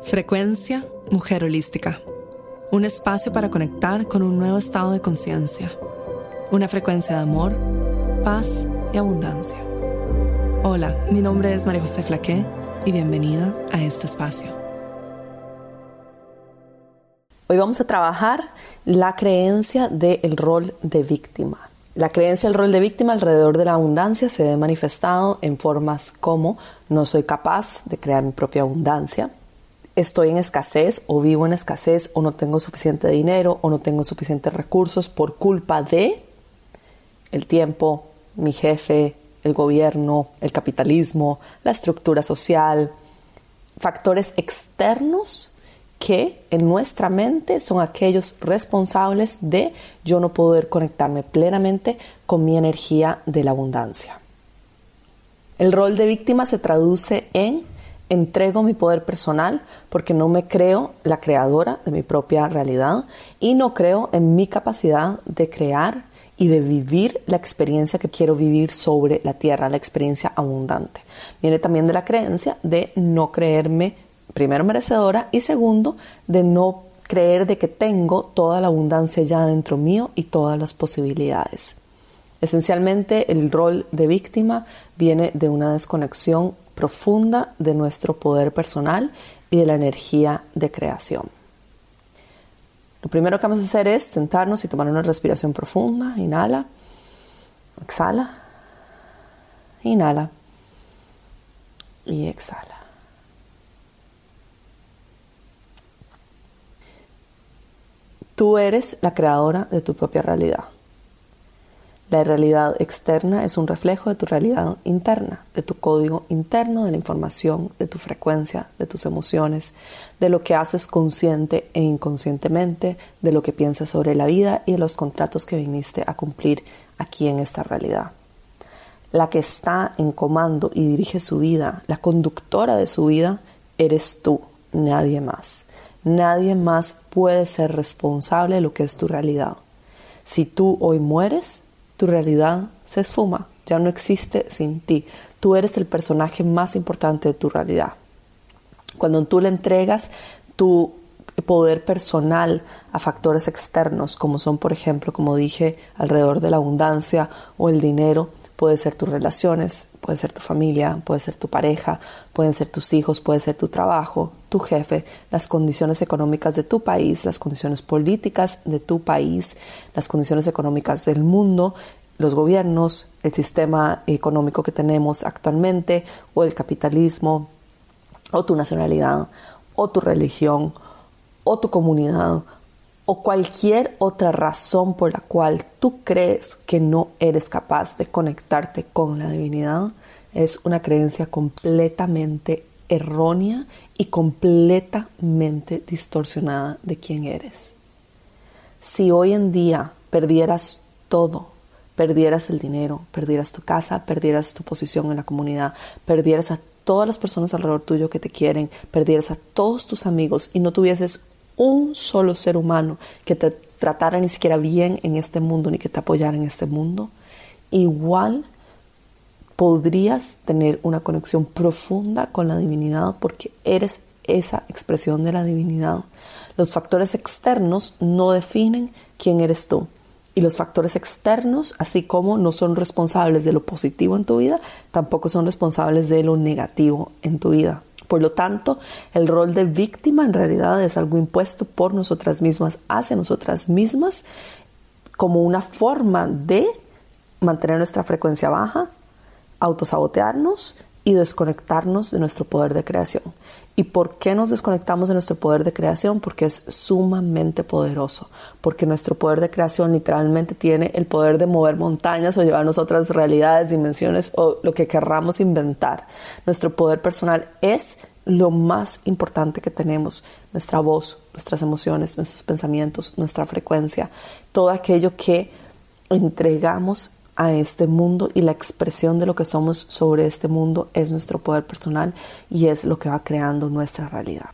Frecuencia Mujer Holística. Un espacio para conectar con un nuevo estado de conciencia. Una frecuencia de amor, paz y abundancia. Hola, mi nombre es María José Flaqué y bienvenida a este espacio. Hoy vamos a trabajar la creencia del rol de víctima. La creencia del rol de víctima alrededor de la abundancia se ve manifestado en formas como no soy capaz de crear mi propia abundancia, estoy en escasez o vivo en escasez o no tengo suficiente dinero o no tengo suficientes recursos por culpa de el tiempo, mi jefe, el gobierno, el capitalismo, la estructura social, factores externos que en nuestra mente son aquellos responsables de yo no poder conectarme plenamente con mi energía de la abundancia. El rol de víctima se traduce en entrego mi poder personal porque no me creo la creadora de mi propia realidad y no creo en mi capacidad de crear y de vivir la experiencia que quiero vivir sobre la tierra, la experiencia abundante. Viene también de la creencia de no creerme, primero, merecedora y segundo, de no creer de que tengo toda la abundancia ya dentro mío y todas las posibilidades. Esencialmente, el rol de víctima viene de una desconexión profunda de nuestro poder personal y de la energía de creación. Lo primero que vamos a hacer es sentarnos y tomar una respiración profunda. Inhala, exhala, inhala y exhala. Tú eres la creadora de tu propia realidad. La realidad externa es un reflejo de tu realidad interna, de tu código interno, de la información, de tu frecuencia, de tus emociones, de lo que haces consciente e inconscientemente, de lo que piensas sobre la vida y de los contratos que viniste a cumplir aquí en esta realidad. La que está en comando y dirige su vida, la conductora de su vida, eres tú, nadie más. Nadie más puede ser responsable de lo que es tu realidad. Si tú hoy mueres, tu realidad se esfuma, ya no existe sin ti. Tú eres el personaje más importante de tu realidad. Cuando tú le entregas tu poder personal a factores externos, como son, por ejemplo, como dije, alrededor de la abundancia o el dinero, puede ser tus relaciones, puede ser tu familia, puede ser tu pareja, pueden ser tus hijos, puede ser tu trabajo, tu jefe, las condiciones económicas de tu país, las condiciones políticas de tu país, las condiciones económicas del mundo, los gobiernos, el sistema económico que tenemos actualmente, o el capitalismo, o tu nacionalidad, o tu religión, o tu comunidad, o cualquier otra razón por la cual tú crees que no eres capaz de conectarte con la divinidad, es una creencia completamente errónea y completamente distorsionada de quién eres. Si hoy en día perdieras todo, perdieras el dinero, perdieras tu casa, perdieras tu posición en la comunidad, perdieras a todas las personas alrededor tuyo que te quieren, perdieras a todos tus amigos y no tuvieses un solo ser humano que te tratara ni siquiera bien en este mundo ni que te apoyara en este mundo, igual podrías tener una conexión profunda con la divinidad porque eres esa expresión de la divinidad. Los factores externos no definen quién eres tú y los factores externos, así como no son responsables de lo positivo en tu vida, tampoco son responsables de lo negativo en tu vida. Por lo tanto, el rol de víctima en realidad es algo impuesto por nosotras mismas hacia nosotras mismas como una forma de mantener nuestra frecuencia baja, autosabotearnos y desconectarnos de nuestro poder de creación. ¿Y por qué nos desconectamos de nuestro poder de creación? Porque es sumamente poderoso. Porque nuestro poder de creación literalmente tiene el poder de mover montañas o llevarnos a otras realidades, dimensiones o lo que querramos inventar. Nuestro poder personal es lo más importante que tenemos. Nuestra voz, nuestras emociones, nuestros pensamientos, nuestra frecuencia. Todo aquello que entregamos a este mundo y la expresión de lo que somos sobre este mundo es nuestro poder personal y es lo que va creando nuestra realidad.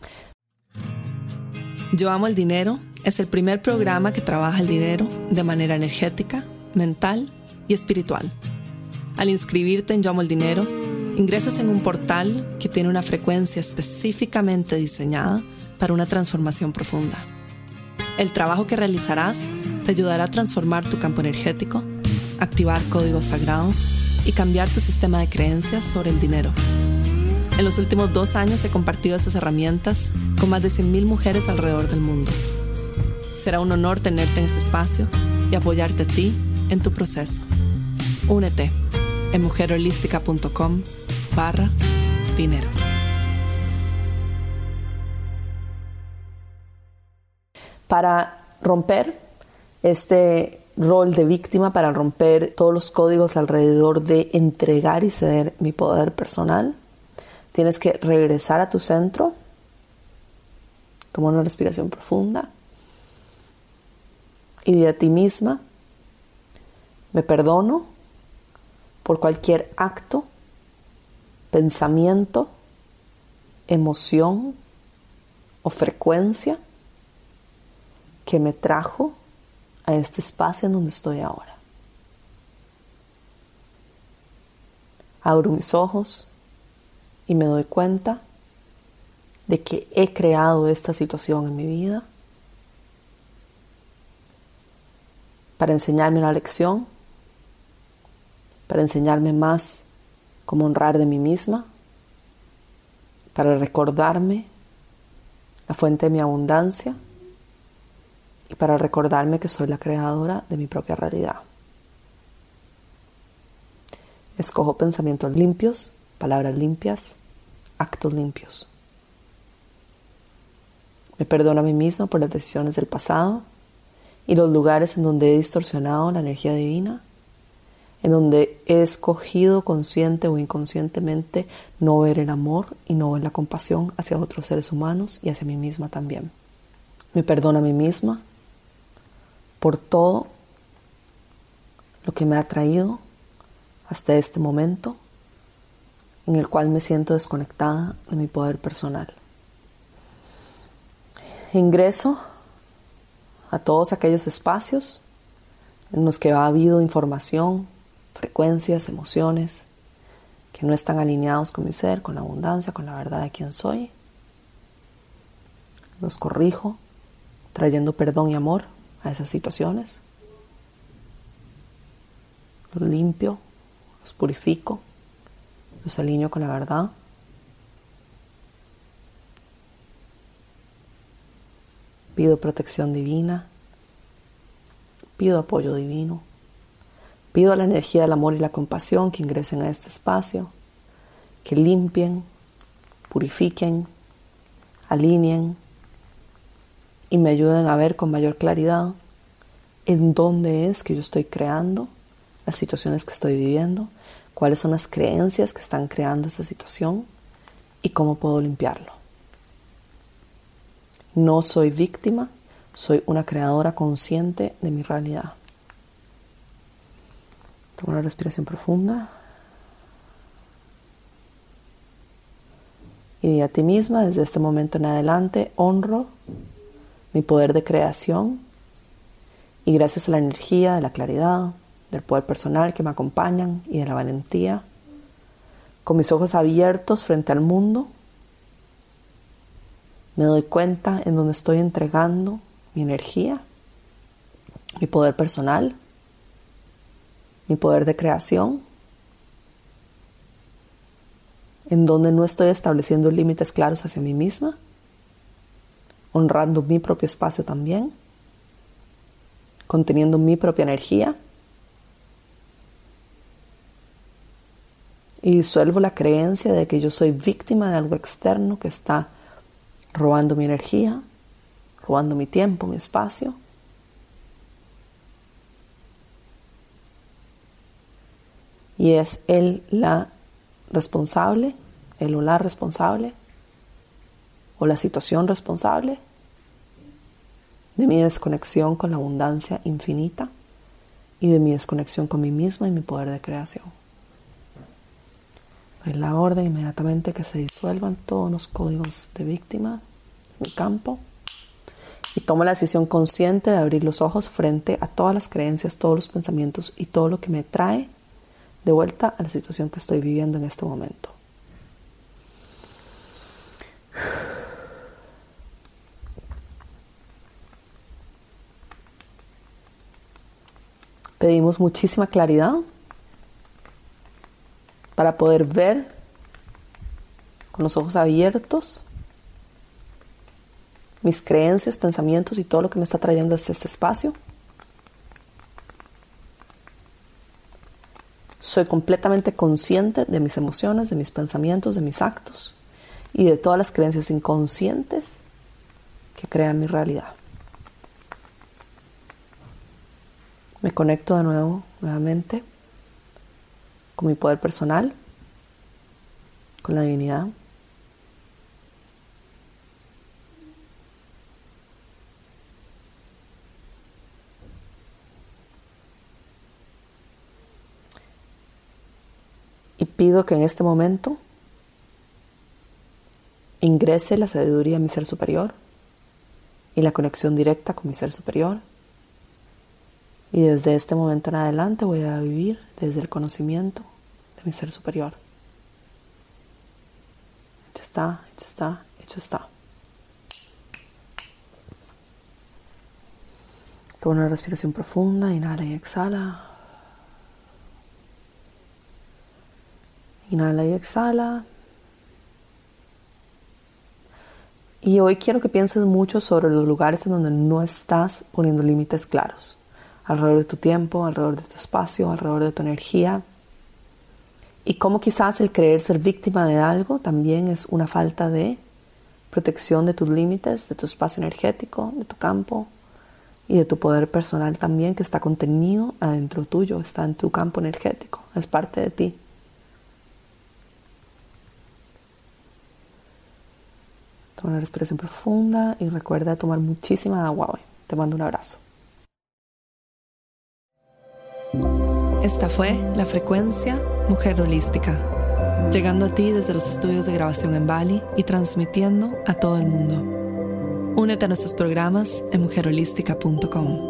Yo Amo el Dinero es el primer programa que trabaja el dinero de manera energética, mental y espiritual. Al inscribirte en Yo Amo el Dinero, ingresas en un portal que tiene una frecuencia específicamente diseñada para una transformación profunda. El trabajo que realizarás te ayudará a transformar tu campo energético, activar códigos sagrados y cambiar tu sistema de creencias sobre el dinero. En los últimos 2 años he compartido estas herramientas con más de 100,000 mujeres alrededor del mundo. Será un honor tenerte en este espacio y apoyarte a ti en tu proceso. Únete en mujerholística.com/dinero. Para romper este rol de víctima, para romper todos los códigos alrededor de entregar y ceder mi poder personal, tienes que regresar a tu centro, toma una respiración profunda y di a ti misma: me perdono por cualquier acto, pensamiento, emoción o frecuencia que me trajo a este espacio en donde estoy ahora. Abro mis ojos y me doy cuenta de que he creado esta situación en mi vida para enseñarme una lección, para enseñarme más cómo honrar de mí misma, para recordarme la fuente de mi abundancia y para recordarme que soy la creadora de mi propia realidad. Escojo pensamientos limpios, palabras limpias, actos limpios. Me perdono a mí misma por las decisiones del pasado y los lugares en donde he distorsionado la energía divina, en donde he escogido consciente o inconscientemente no ver el amor y no ver la compasión hacia otros seres humanos y hacia mí misma también. Me perdono a mí misma por todo lo que me ha traído hasta este momento en el cual me siento desconectada de mi poder personal. Ingreso a todos aquellos espacios en los que ha habido información, frecuencias, emociones que no están alineados con mi ser, con la abundancia, con la verdad de quién soy. Los corrijo, trayendo perdón y amor a esas situaciones. Los limpio, los purifico, los alineo con la verdad. Pido protección divina, pido apoyo divino, pido a la energía del amor y la compasión que ingresen a este espacio, que limpien, purifiquen, alineen y me ayuden a ver con mayor claridad en dónde es que yo estoy creando las situaciones que estoy viviendo, cuáles son las creencias que están creando esa situación y cómo puedo limpiarlo. No soy víctima, soy una creadora consciente de mi realidad. Toma una respiración profunda. Y di a ti misma, desde este momento en adelante, honro mi poder de creación y gracias a la energía de la claridad, del poder personal que me acompañan y de la valentía, con mis ojos abiertos frente al mundo, me doy cuenta en donde estoy entregando mi energía, mi poder personal, mi poder de creación, en donde no estoy estableciendo límites claros hacia mí misma, honrando mi propio espacio también, conteniendo mi propia energía, y disuelvo la creencia de que yo soy víctima de algo externo que está robando mi energía, robando mi tiempo, mi espacio. Y es él la responsable, él o la responsable, o la situación responsable de mi desconexión con la abundancia infinita y de mi desconexión con mí misma y mi poder de creación. Doy la orden inmediatamente que se disuelvan todos los códigos de víctima en mi campo y tomo la decisión consciente de abrir los ojos frente a todas las creencias, todos los pensamientos y todo lo que me trae de vuelta a la situación que estoy viviendo en este momento. Pedimos muchísima claridad para poder ver con los ojos abiertos mis creencias, pensamientos y todo lo que me está trayendo hasta este espacio. Soy completamente consciente de mis emociones, de mis pensamientos, de mis actos y de todas las creencias inconscientes que crean mi realidad. Me conecto de nuevo, nuevamente, con mi poder personal, con la divinidad. Y pido que en este momento ingrese la sabiduría de mi ser superior y la conexión directa con mi ser superior. Y desde este momento en adelante voy a vivir desde el conocimiento de mi ser superior. Hecho está, hecho está, hecho está. Toma una respiración profunda, inhala y exhala. Inhala y exhala. Y hoy quiero que pienses mucho sobre los lugares en donde no estás poniendo límites claros. Alrededor de tu tiempo, alrededor de tu espacio, alrededor de tu energía. Y cómo quizás el creer ser víctima de algo también es una falta de protección de tus límites, de tu espacio energético, de tu campo y de tu poder personal también, que está contenido adentro tuyo, está en tu campo energético, es parte de ti. Toma una respiración profunda y recuerda tomar muchísima agua hoy. Te mando un abrazo. Esta fue La Frecuencia Mujer Holística, llegando a ti desde los estudios de grabación en Bali y transmitiendo a todo el mundo. Únete a nuestros programas en mujerholística.com.